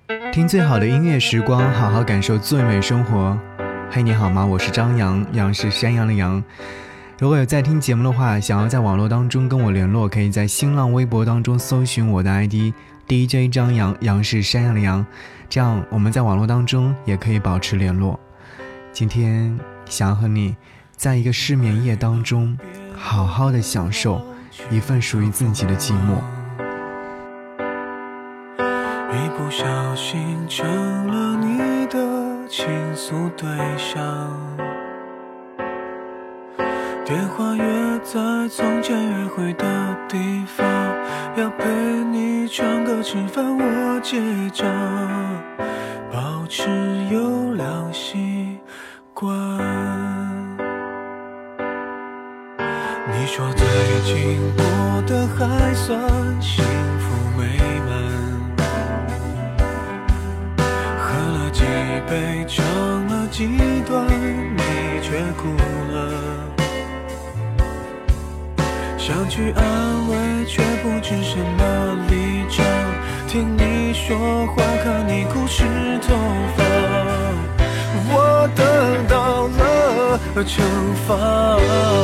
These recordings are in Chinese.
听最好的音乐时光，好好感受最美生活。嘿，你好吗？我是张扬，杨是山羊的羊。如果有在听节目的话，想要在网络当中跟我联络，可以在新浪微博当中搜寻我的 ID DJ 张扬，杨是山羊的羊，这样我们在网络当中也可以保持联络。今天想要和你在一个失眠夜当中好好的享受一份属于自己的寂寞。 一不小心成了你的倾诉对象，电话约在从前约会的地方，要陪你唱歌吃饭我结账，保持优良习惯。你说最近过得还算幸福美满，几杯唱了几段，你却哭了，想去安慰却不知什么立场，听你说话看你哭湿头发，我得到了惩罚，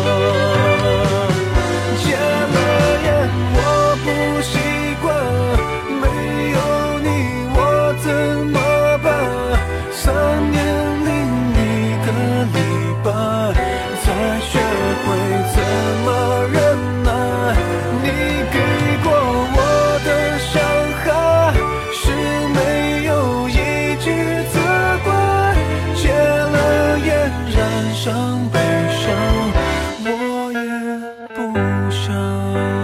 戒了烟我不习惯，没有你我怎么3年01个礼拜，才学会怎么忍耐。你给过我的伤害，是没有一句责怪。戒了烟，染上悲伤，我也不想。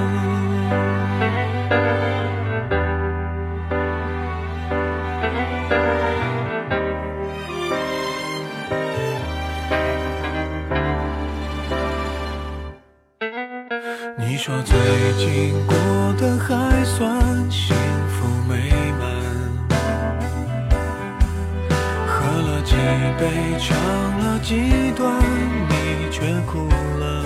你说最近过得还算幸福美满，喝了几杯唱了几段，你却哭了，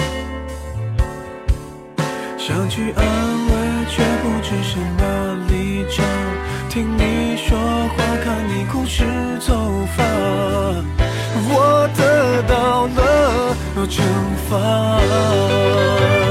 想去安慰却不知什么立场，听你说话看你哭湿头发，我得到了惩罚。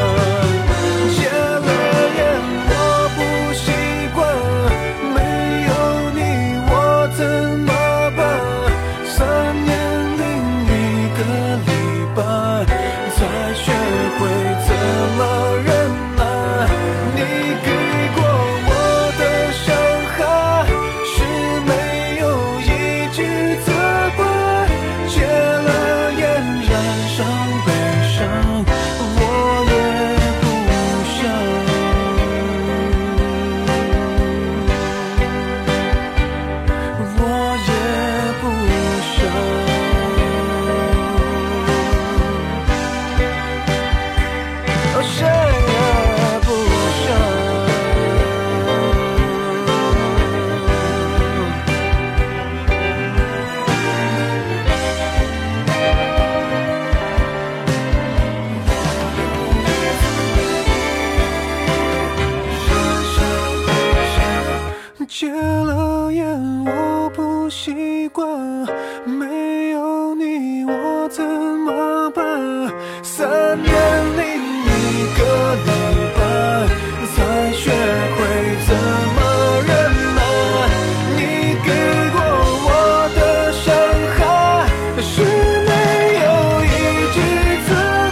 戒了烟我不习惯，没有你我怎么办？3年01个礼拜，才学会怎么忍耐。你给过我的伤害，是没有一句责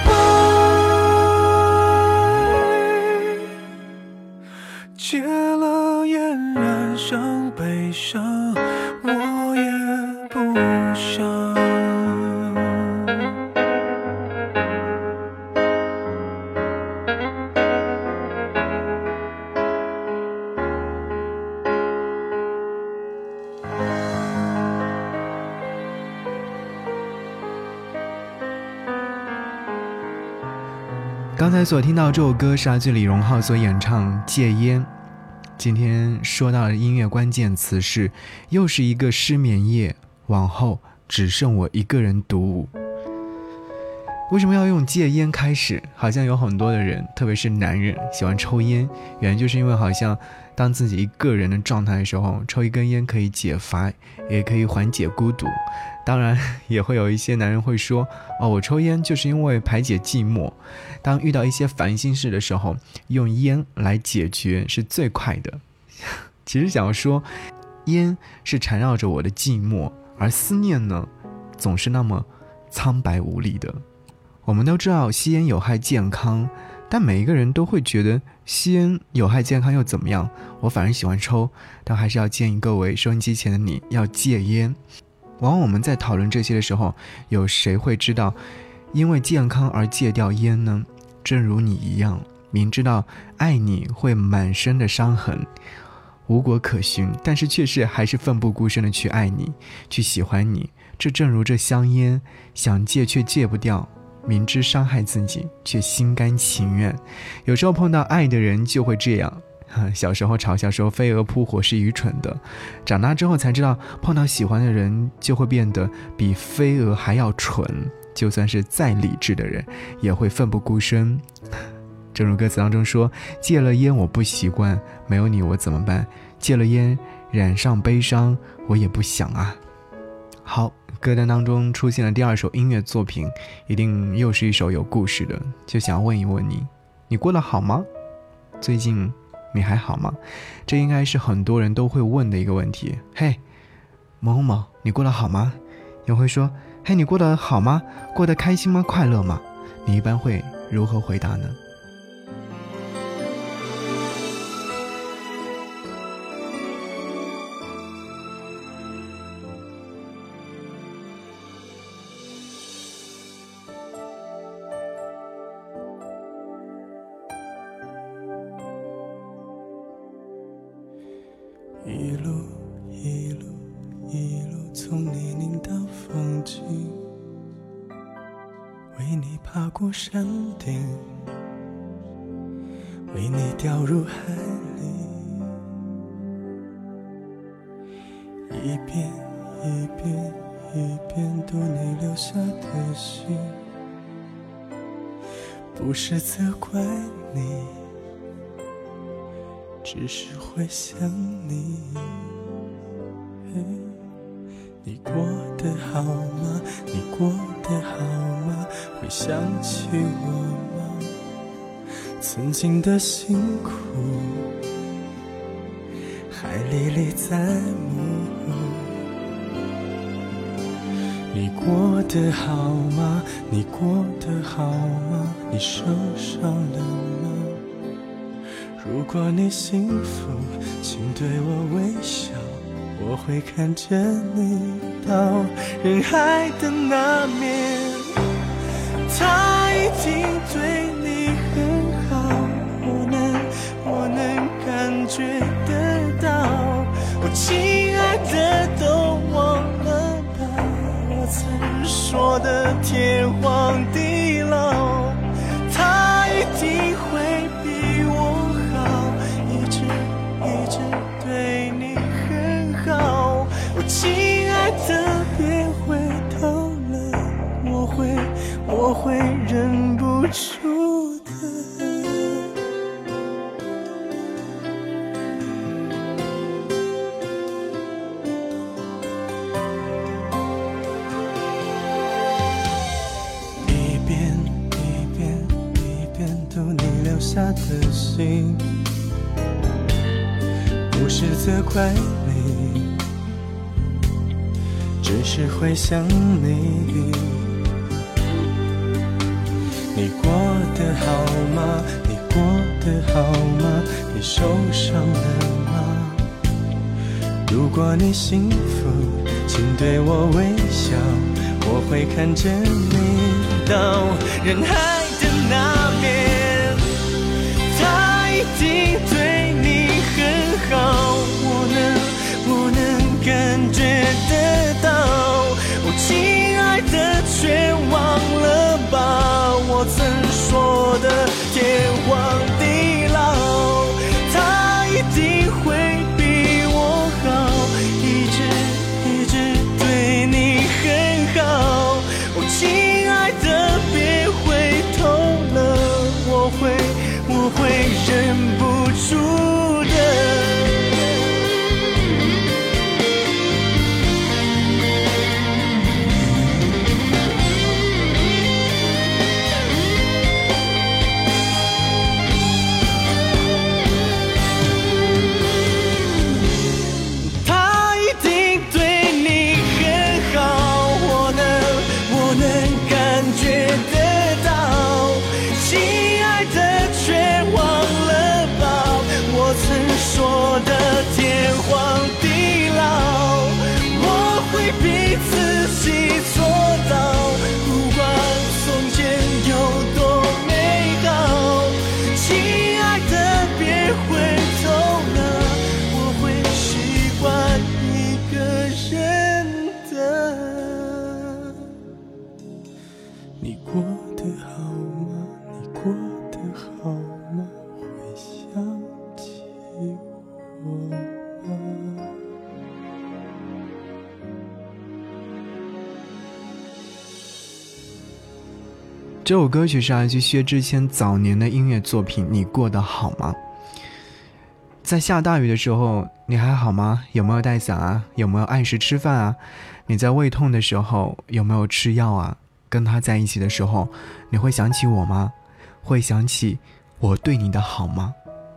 怪。戒了烟，染上悲伤，我也不想。 刚才所听到这首歌是来自李荣浩所演唱《戒烟》。今天说到的音乐关键词是又是一个失眠夜，往后只剩我一个人独舞。 为什么要用戒烟开始？好像有很多的人，特别是男人喜欢抽烟，原因就是因为好像当自己一个人的状态的时候，抽一根烟可以解乏，也可以缓解孤独。当然也会有一些男人会说，我抽烟就是因为排解寂寞，当遇到一些烦心事的时候，用烟来解决是最快的。其实想说，烟是缠绕着我的寂寞，而思念呢，总是那么苍白无力的。我们都知道吸烟有害健康，但每一个人都会觉得吸烟有害健康又怎么样？我反而喜欢抽，但还是要建议各位收音机前的你要戒烟。往往我们在讨论这些的时候，有谁会知道因为健康而戒掉烟呢？正如你一样，明知道爱你会满身的伤痕，无果可寻，但是却是还是奋不顾身的去爱你，去喜欢你。这正如这香烟，想戒却戒不掉，明知伤害自己却心甘情愿。有时候碰到爱的人就会这样，小时候嘲笑说飞蛾扑火是愚蠢的，长大之后才知道碰到喜欢的人就会变得比飞蛾还要蠢，就算是再理智的人也会奋不顾身。正如歌词当中说，戒了烟我不习惯，没有你我怎么办？戒了烟染上悲伤我也不想啊。好，歌单当中出现了第二首音乐作品，一定又是一首有故事的，就想问一问你，你过得好吗？最近你还好吗？这应该是很多人都会问的一个问题。嘿，某某，你过得好吗？你会说，嘿，你过得好吗？过得开心吗？快乐吗？你一般会如何回答呢？ 一路一路一路从泥泞到风景，为你爬过山顶，为你掉入海里，一遍一遍一遍读你留下的信，不是责怪你，只是会想你。你过得好吗？你过得好吗？会想起我吗？曾经的辛苦还历历在目。你过得好吗？你过得好吗？你受伤了吗？如果你幸福，请对我微笑，我会看着你到人海的那面。他一定对你很好，我能感觉得到。我亲爱的都忘了吧，我曾说的天荒地老。他一定会比我一直对你很好。我亲爱的别回头了，我会忍不住的。一遍一遍一遍读你留下的信，不是责怪你，只是会想你。你过得好吗？你过得好吗？你受伤了吗？如果你幸福，请对我微笑，我会看着你到人海的那边。他一定对你很好，我能感觉得到。我亲爱的却忘了吧，我曾说的天荒地老。他一定会比我好，一直对你很好。我亲爱的别这首歌曲是来自薛之谦早年的音乐作品《你过得好吗》。在下大雨的时候，你还好吗？有没有带伞啊？有没有按时吃饭啊？你在胃痛的时候有没有吃药啊？跟他在一起的时候，你会想起我吗？会想起我对你的好吗？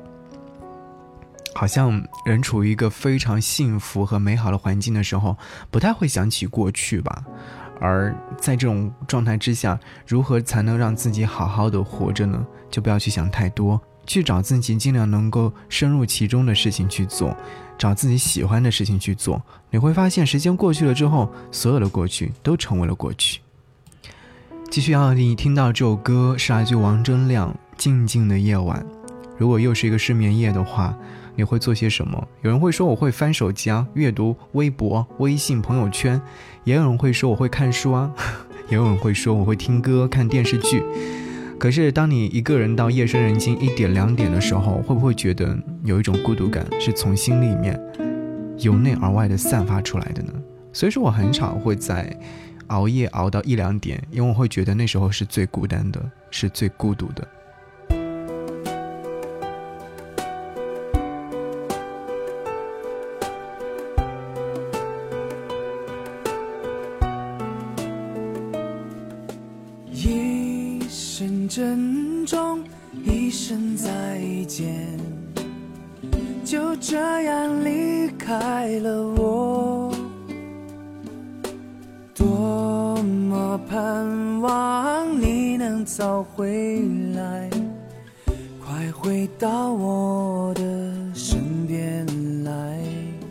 好像人处于一个非常幸福和美好的环境的时候，不太会想起过去吧。而在这种状态之下，如何才能让自己好好的活着呢？就不要去想太多，去找自己尽量能够深入其中的事情去做，找自己喜欢的事情去做。你会发现时间过去了之后，所有的过去都成为了过去。继续要你听到这首歌是来自王铮亮《静静的夜晚》。如果又是一个失眠夜的话，你会做些什么？有人会说我会翻手机啊，阅读微博、微信朋友圈，也有人会说我会看书啊，也有人会说我会听歌看电视剧。可是当你一个人到夜深人静1点2点的时候，会不会觉得有一种孤独感是从心里面由内而外的散发出来的呢？所以说我很少会在熬夜熬到1、2点，因为我会觉得那时候是最孤单的，是最孤独的。 一声珍重，一声再见，就这样离开了我。多么盼望你能早回来，快回到我的身边来。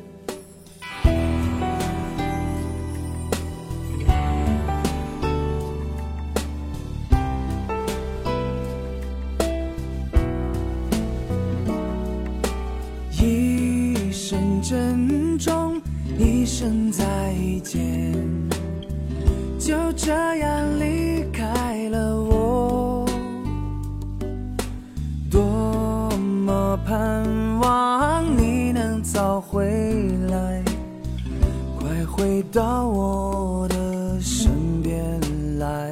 一声珍重，一声再见，就这样离开了我。多么盼望你能早回来，快回到我的身边来。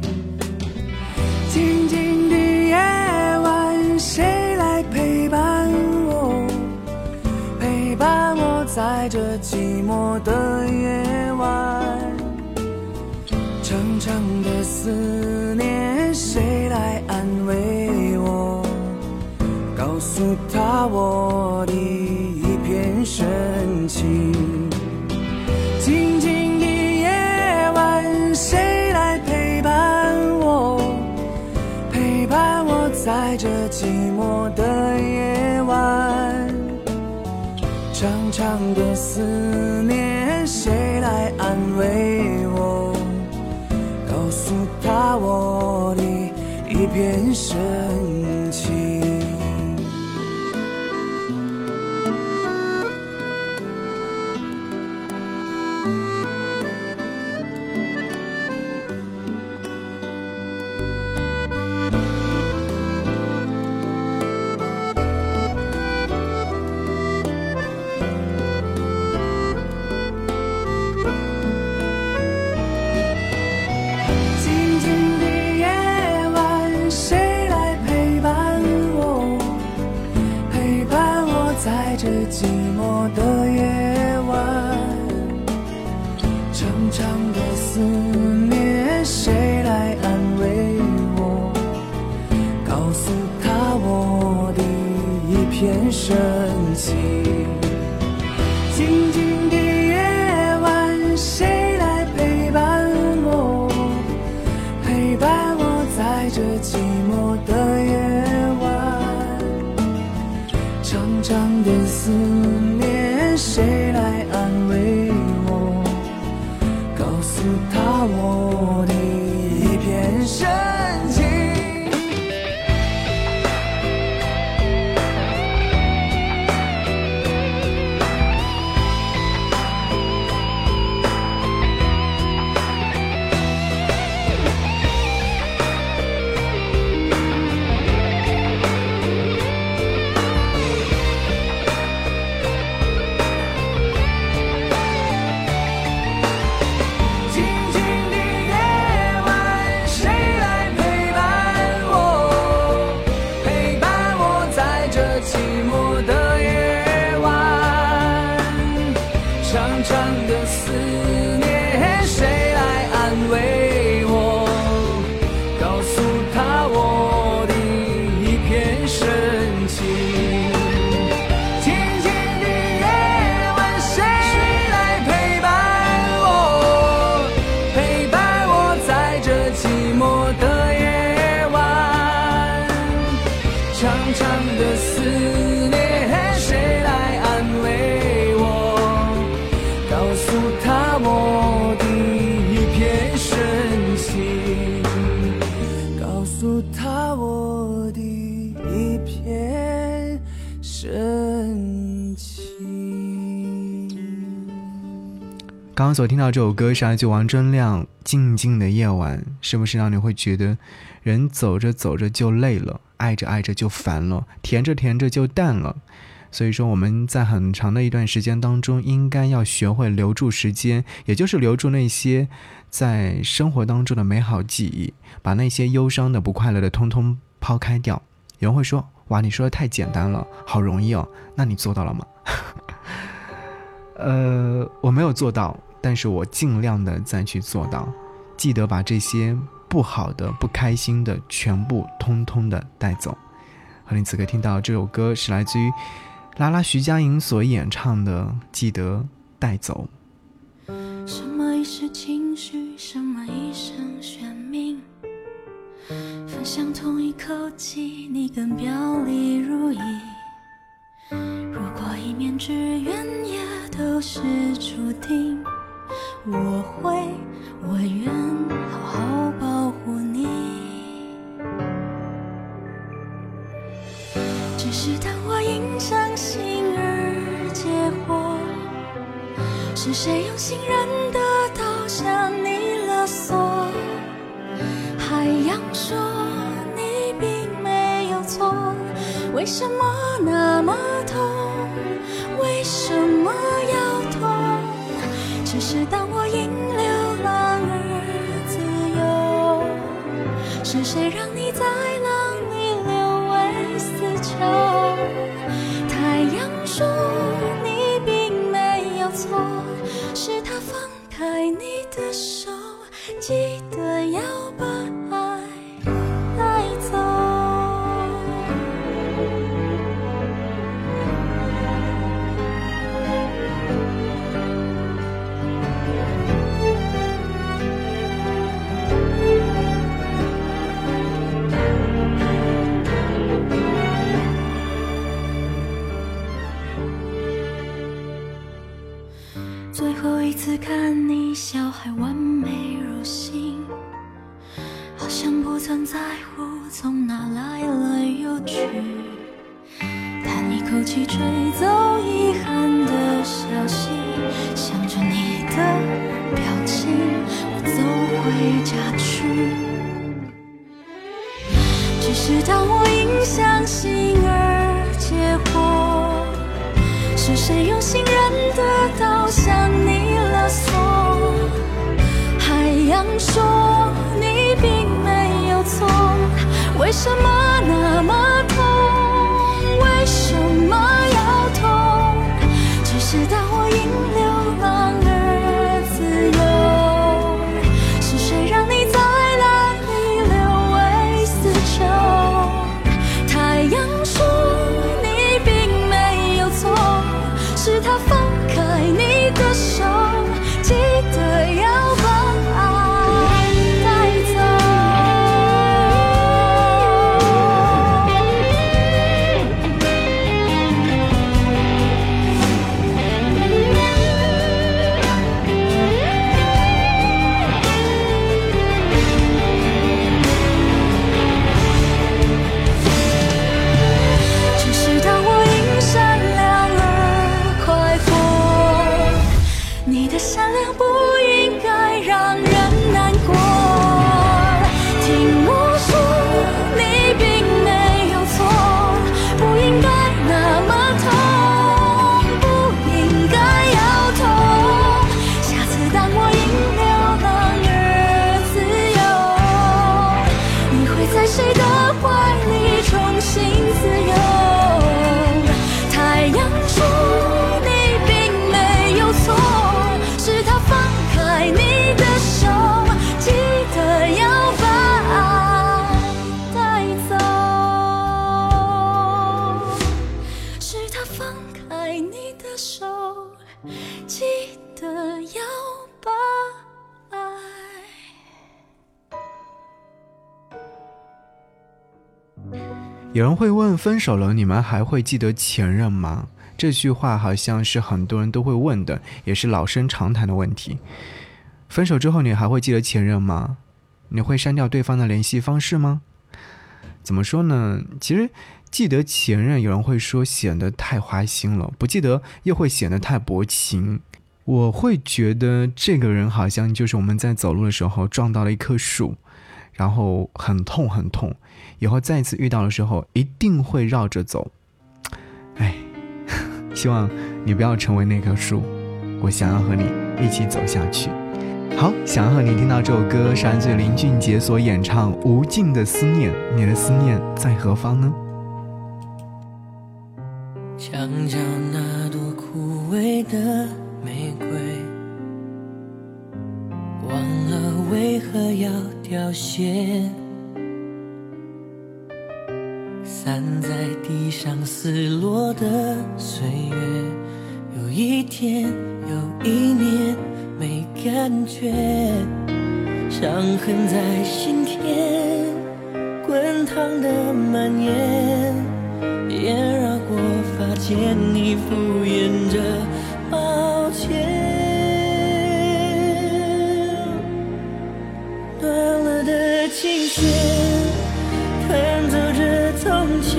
静静的夜晚，谁来陪伴我？陪伴我在这寂寞的夜晚。长长的思念，谁来安慰我？告诉他我的一片深情。静静的夜晚，谁来陪伴我？陪伴我在这寂寞的夜晚。长长的思念，谁来安慰我？告诉他我的一片深情。静静的夜晚，谁来陪长长的思念，谁来安慰我？告诉他我的一片深情。静静的夜晚，谁来陪伴我？陪伴我在这寂寞的夜晚。长长的思念，谁来安慰我？告诉他我的一片深情，告诉他我的一片深情。 刚刚所听到这首歌是来自王铮亮《静静的夜晚》，是不是让你会觉得人走着走着就累了，爱着爱着就烦了，甜着甜着就淡了？所以说我们在很长的一段时间当中应该要学会留住时间，也就是留住那些在生活当中的美好记忆，把那些忧伤的不快乐的通通抛开掉。有人会说，哇，你说的太简单了，好容易哦，那你做到了吗？我没有做到，但是我尽量的再去做到。记得把这些不好的不开心的全部通通的带走。和你此刻听到这首歌是来自于拉拉徐佳莹所演唱的《记得带走》。 什么已是情绪，什么已成选命，分享同一口气，你更表里如一。如果一面之缘也都是注定，我愿好好保护你。只是当我因伤心而结火，是谁用信任的刀向你勒索？海洋说你并没有错，为什么那么痛？为什么要痛？只是当我因流浪而自由，是谁让你在浪里流为死囚？太阳说你并没有错，是他放开你的手，记得要把爱带走。最后一次看你笑还完美如新，好像不曾在乎从哪来了又去，叹一口气吹走遗憾的消息，想着你的表情我走回家去。只是当我因相信而结火，是谁用信任的刀向你勒索？海洋说你并没有错，为什么那么痛？为什么要痛？只是当我因流浪而自由，是谁让你在浪里流为死囚？太阳说你并没有错，是他放开你的手，记得要把爱带走。 有人会问，分手了你们还会记得前任吗？这句话好像是很多人都会问的，也是老生常谈的问题。分手之后你还会记得前任吗？你会删掉对方的联系方式吗？怎么说呢？其实记得前任，有人会说显得太花心了，不记得又会显得太薄情。我会觉得这个人好像就是我们在走路的时候撞到了一棵树，然后很痛很痛，以后再次遇到的时候一定会绕着走。希望你不要成为那棵树，我想要和你一起走下去。好，想要和你听到这首歌是来自林俊杰所演唱《无尽的思念》，你的思念在何方呢？ 墙角那朵枯萎的玫瑰，忘了为何要凋谢，散在地上撕落的岁月，有一天有一年没感觉，伤痕在心田滚烫的蔓延，也绕过发间，你敷衍着抱歉。断了的琴弦弹奏着从前，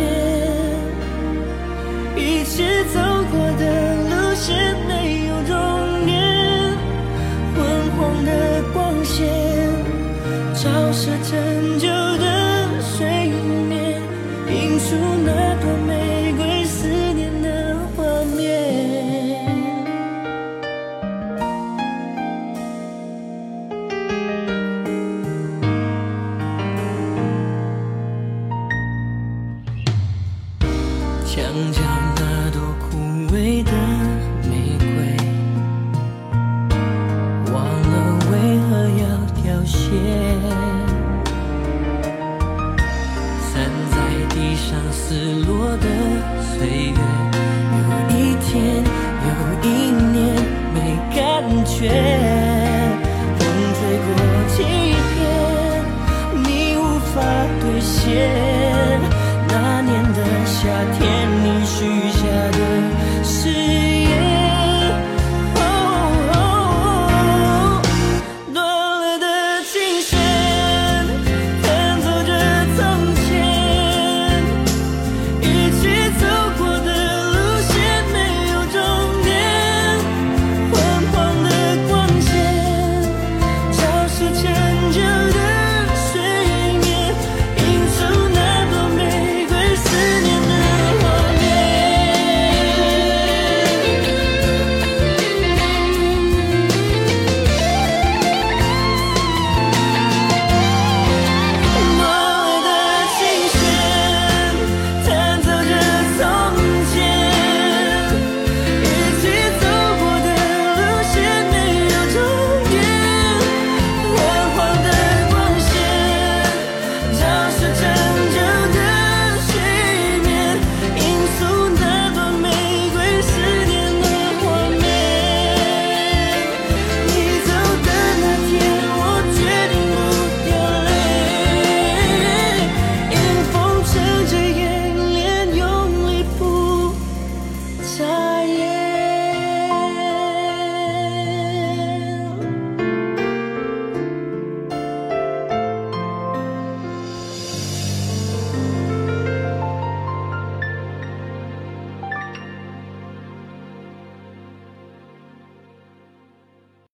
一直走过的路线没有终点，昏黄的光线照射成就